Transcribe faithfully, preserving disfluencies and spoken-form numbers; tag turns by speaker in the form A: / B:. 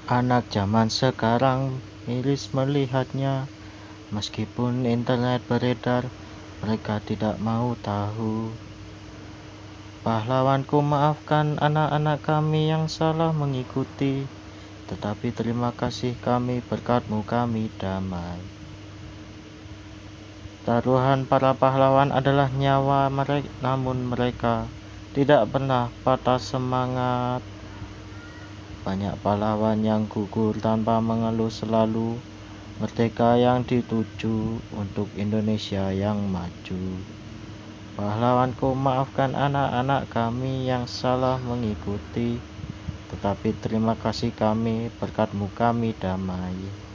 A: Anak zaman sekarang miris melihatnya. Meskipun internet beredar, mereka tidak mau tahu. Pahlawanku, maafkan anak-anak kami yang salah mengikuti, tetapi terima kasih kami, berkat-Mu kami damai. Taruhan para pahlawan adalah nyawa mereka, namun mereka tidak pernah patah semangat. Banyak pahlawan yang gugur tanpa mengeluh selalu. Merdeka yang dituju untuk Indonesia yang maju. Pahlawanku, maafkan anak-anak kami yang salah mengikuti, tetapi terima kasih kami, berkat-Mu kami damai.